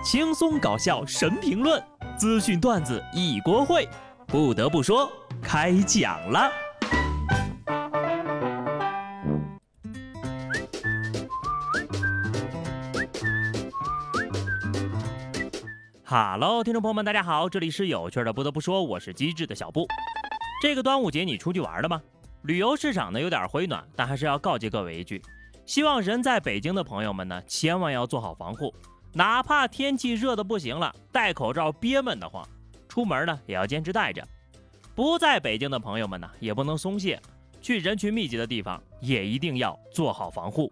轻松搞笑神评论，资讯段子一锅烩。不得不说，开讲了。Hello， 听众朋友们，大家好，这里是有趣的。不得不说，我是机智的小布。这个端午节你出去玩了吗？旅游市场呢有点回暖，但还是要告诫各位一句，希望人在北京的朋友们呢，千万要做好防护，哪怕天气热得不行了，戴口罩憋闷得慌，出门呢也要坚持戴着。不在北京的朋友们呢，也不能松懈，去人群密集的地方也一定要做好防护。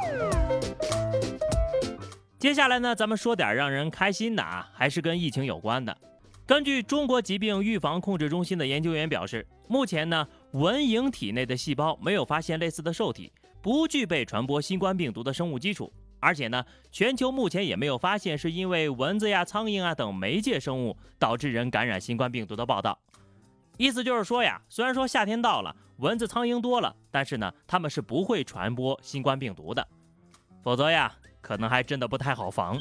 接下来呢，咱们说点让人开心的啊，还是跟疫情有关的。根据中国疾病预防控制中心的研究员表示，目前呢，蚊蝇体内的细胞没有发现类似的受体，不具备传播新冠病毒的生物基础，而且呢，全球目前也没有发现是因为蚊子呀、苍蝇啊等媒介生物导致人感染新冠病毒的报道。意思就是说呀，虽然说夏天到了，蚊子苍蝇多了，但是呢，它们是不会传播新冠病毒的，否则呀，可能还真的不太好防。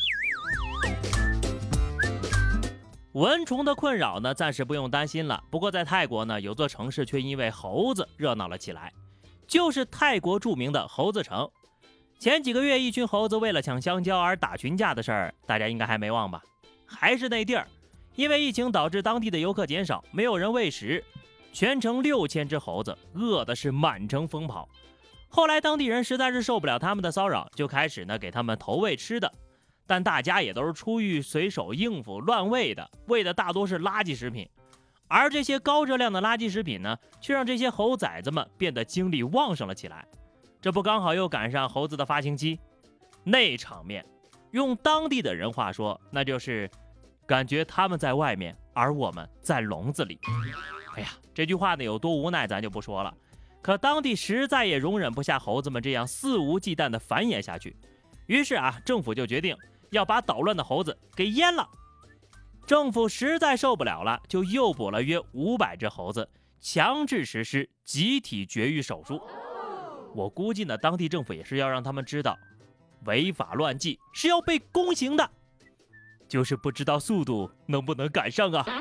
蚊虫的困扰呢，暂时不用担心了。不过在泰国呢，有座城市却因为猴子热闹了起来，就是泰国著名的猴子城。前几个月，一群猴子为了抢香蕉而打群架的事儿，大家应该还没忘吧？还是那地儿，因为疫情导致当地的游客减少，没有人喂食，全城6000只猴子饿的是满城疯跑。后来当地人实在是受不了他们的骚扰，就开始呢给他们投喂吃的。但大家也都是出于随手应付乱喂的，喂的大多是垃圾食品，而这些高热量的垃圾食品呢，却让这些猴崽子们变得精力旺盛了起来。这不刚好又赶上猴子的发情期，那场面用当地的人话说，那就是感觉他们在外面，而我们在笼子里。哎呀，这句话呢有多无奈咱就不说了，可当地实在也容忍不下猴子们这样肆无忌惮的繁衍下去，于是啊，政府就决定要把捣乱的猴子给阉了。政府实在受不了了，就诱捕了约500只猴子，强制实施集体绝育手术。我估计呢，当地政府也是要让他们知道，违法乱纪是要被宫刑的，就是不知道速度能不能赶上啊。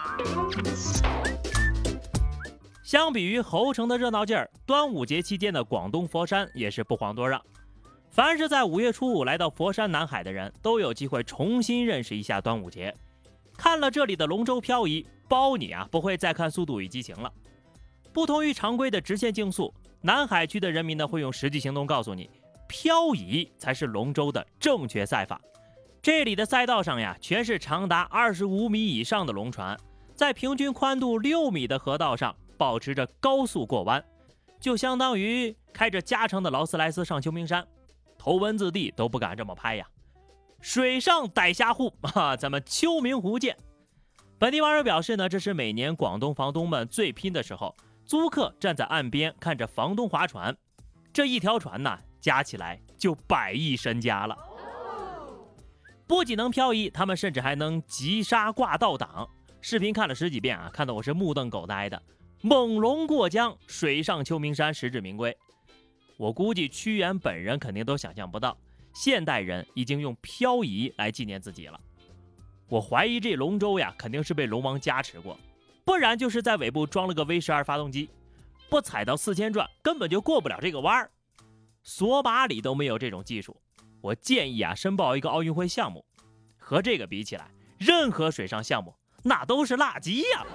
相比于猴城的热闹劲儿，端午节期间的广东佛山也是不遑多让。凡是在5月初5来到佛山南海的人，都有机会重新认识一下端午节。看了这里的龙舟漂移，包你啊不会再看《速度与激情》了。不同于常规的直线竞速，南海区的人民呢会用实际行动告诉你，漂移才是龙舟的正确赛法。这里的赛道上呀，全是长达25米以上的龙船，在平均宽度6米的河道上保持着高速过弯，就相当于开着加长的劳斯莱斯上秋名山。头文字 D 都不敢这么拍呀！水上逮虾户啊，咱们秋名湖见。本地网友表示呢，这是每年广东房东们最拼的时候，租客站在岸边看着房东划船，这一条船呢，加起来就100亿身家了。不仅能漂移，他们甚至还能急刹挂倒挡。视频看了10几遍啊，看得我是目瞪口呆的。猛龙过江，水上秋名山，实至名归。我估计屈原本人肯定都想象不到，现代人已经用漂移来纪念自己了。我怀疑这龙舟呀，肯定是被龙王加持过，不然就是在尾部装了个 V12发动机，不踩到4000转根本就过不了这个弯儿。索马里都没有这种技术，我建议啊，申报一个奥运会项目。和这个比起来，任何水上项目那都是垃圾呀。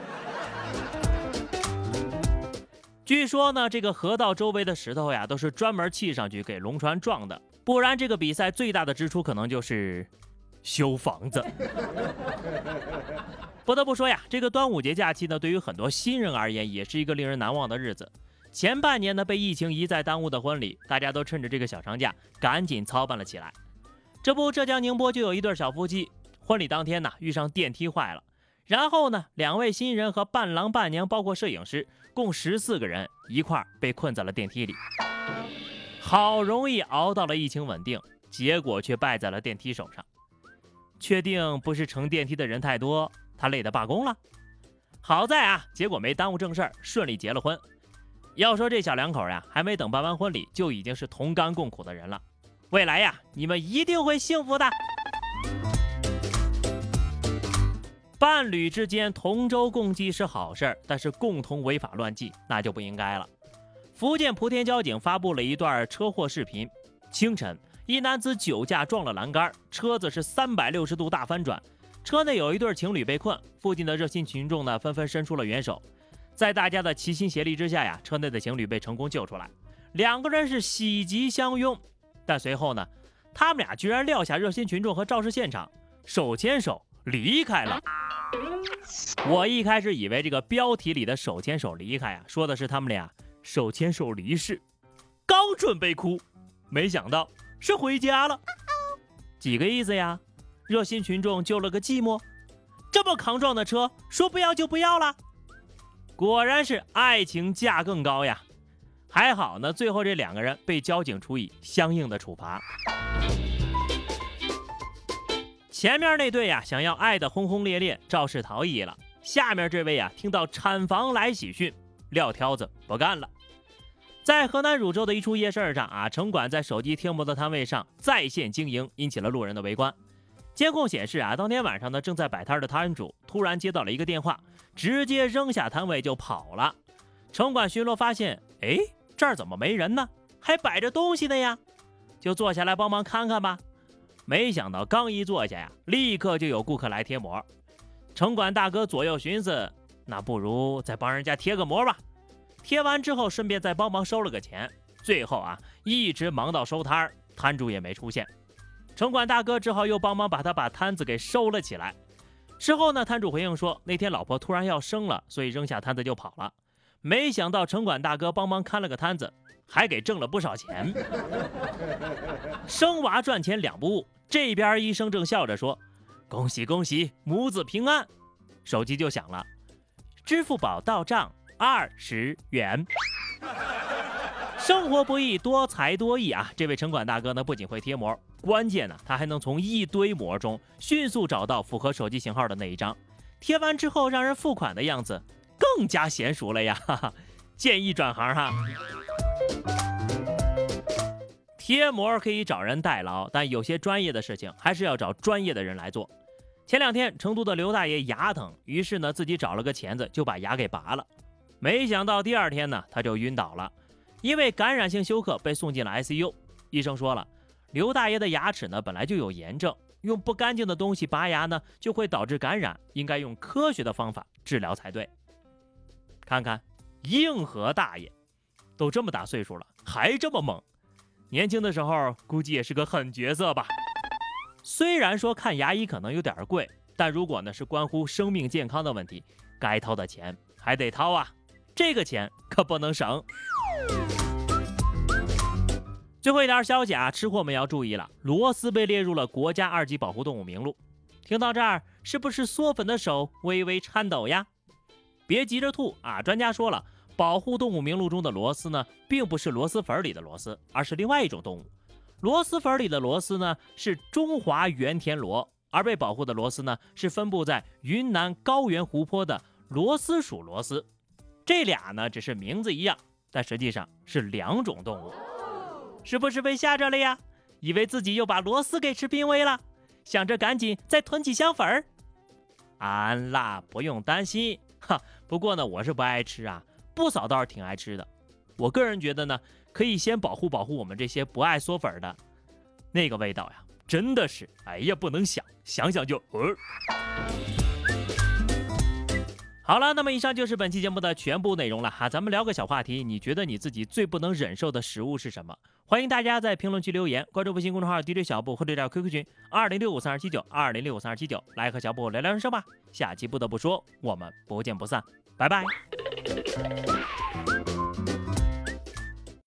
据说呢，这个河道周围的石头呀，都是专门砌上去给龙船撞的，不然这个比赛最大的支出可能就是修房子。不得不说呀，这个端午节假期呢，对于很多新人而言，也是一个令人难忘的日子。前半年呢，被疫情一再耽误的婚礼，大家都趁着这个小长假赶紧操办了起来。这不，浙江宁波就有一对小夫妻，婚礼当天呢，遇上电梯坏了。然后呢，2位新人和伴郎伴娘，包括摄影师，共14个人一块被困在了电梯里。好容易熬到了疫情稳定，结果却败在了电梯手上。确定不是乘电梯的人太多，他累得罢工了？好在啊，结果没耽误正事儿，顺利结了婚。要说这小两口呀，还没等办完婚礼，就已经是同甘共苦的人了。未来呀，你们一定会幸福的。 伴侣之间同舟共济是好事儿，但是共同违法乱纪那就不应该了。福建莆田交警发布了一段车祸视频，清晨，一男子酒驾撞了栏杆，车子是360度大翻转，车内有一对情侣被困，附近的热心群众呢纷纷伸出了援手，在大家的齐心协力之下呀，车内的情侣被成功救出来，两个人是喜极相拥。但随后呢，他们俩居然撂下热心群众和肇事现场，手牵手离开了。我一开始以为这个标题里的手牵手离开啊，说的是他们俩手牵手离世，刚准备哭，没想到是回家了。几个意思呀？热心群众救了个寂寞，这么扛撞的车说不要就不要了，果然是爱情价更高呀。还好呢，最后这两个人被交警处以相应的处罚。前面那对呀，想要爱得轰轰烈烈，肇事逃逸了。下面这位呀，听到产房来喜讯，撂挑子不干了。在河南汝州的一处夜市上啊，城管在手机贴膜的摊位上在线经营，引起了路人的围观。监控显示啊，当天晚上呢，正在摆摊的摊主突然接到了一个电话，直接扔下摊位就跑了。城管巡逻发现，哎，这儿怎么没人呢？还摆着东西呢呀，就坐下来帮忙看看吧。没想到刚一坐下呀，立刻就有顾客来贴膜。城管大哥左右寻思，那不如再帮人家贴个膜吧。贴完之后顺便再帮忙收了个钱，最后啊一直忙到收摊，摊主也没出现。城管大哥只好又帮忙把摊子给收了起来。事后呢，摊主回应说，那天老婆突然要生了，所以扔下摊子就跑了。没想到城管大哥帮忙看了个摊子，还给挣了不少钱。生娃赚钱两不误，这边医生正笑着说，恭喜恭喜，母子平安。手机就响了，支付宝到账20元。生活不易，多才多艺啊！这位城管大哥呢，不仅会贴膜，关键呢，他还能从一堆膜中迅速找到符合手机型号的那一张，贴完之后让人付款的样子更加娴熟了呀！哈哈，建议转行哈。贴膜可以找人代劳，但有些专业的事情还是要找专业的人来做。前两天，成都的刘大爷牙疼，于是呢，自己找了个钳子就把牙给拔了。没想到第二天呢，他就晕倒了。因为感染性休克被送进了 ICU， 医生说了，刘大爷的牙齿呢本来就有炎症，用不干净的东西拔牙呢就会导致感染，应该用科学的方法治疗才对。看看硬核大爷都这么大岁数了还这么猛，年轻的时候估计也是个狠角色吧。虽然说看牙医可能有点贵，但如果呢是关乎生命健康的问题，该掏的钱还得掏啊，这个钱可不能省。最后一条消息啊，吃货们要注意了，螺丝被列入了国家2级保护动物名录。听到这儿，是不是嗦粉的手微微颤抖呀？别急着吐啊！专家说了，保护动物名录中的螺丝呢，并不是螺蛳粉里的螺丝，而是另外一种动物。螺蛳粉里的螺丝呢，是中华原田螺，而被保护的螺丝呢，是分布在云南高原湖泊的螺丝属螺丝。这俩呢，只是名字一样，但实际上是两种动物。是不是被吓着了呀？以为自己又把螺丝给吃濒危了，想着赶紧再囤起香粉儿。安啦，不用担心哈。不过呢，我是不爱吃啊，不嫂倒是挺爱吃的。我个人觉得呢，可以先保护保护我们这些不爱嗦粉的。那个味道呀，真的是，哎呀，不能想，想想就好了，那么以上就是本期节目的全部内容了哈。咱们聊个小话题，你觉得你自己最不能忍受的食物是什么？欢迎大家在评论区留言，关注微信公众号 DJ 小布或者QQ群2065327920653279，来和小布聊聊人生吧。下期不得不说，我们不见不散，拜拜。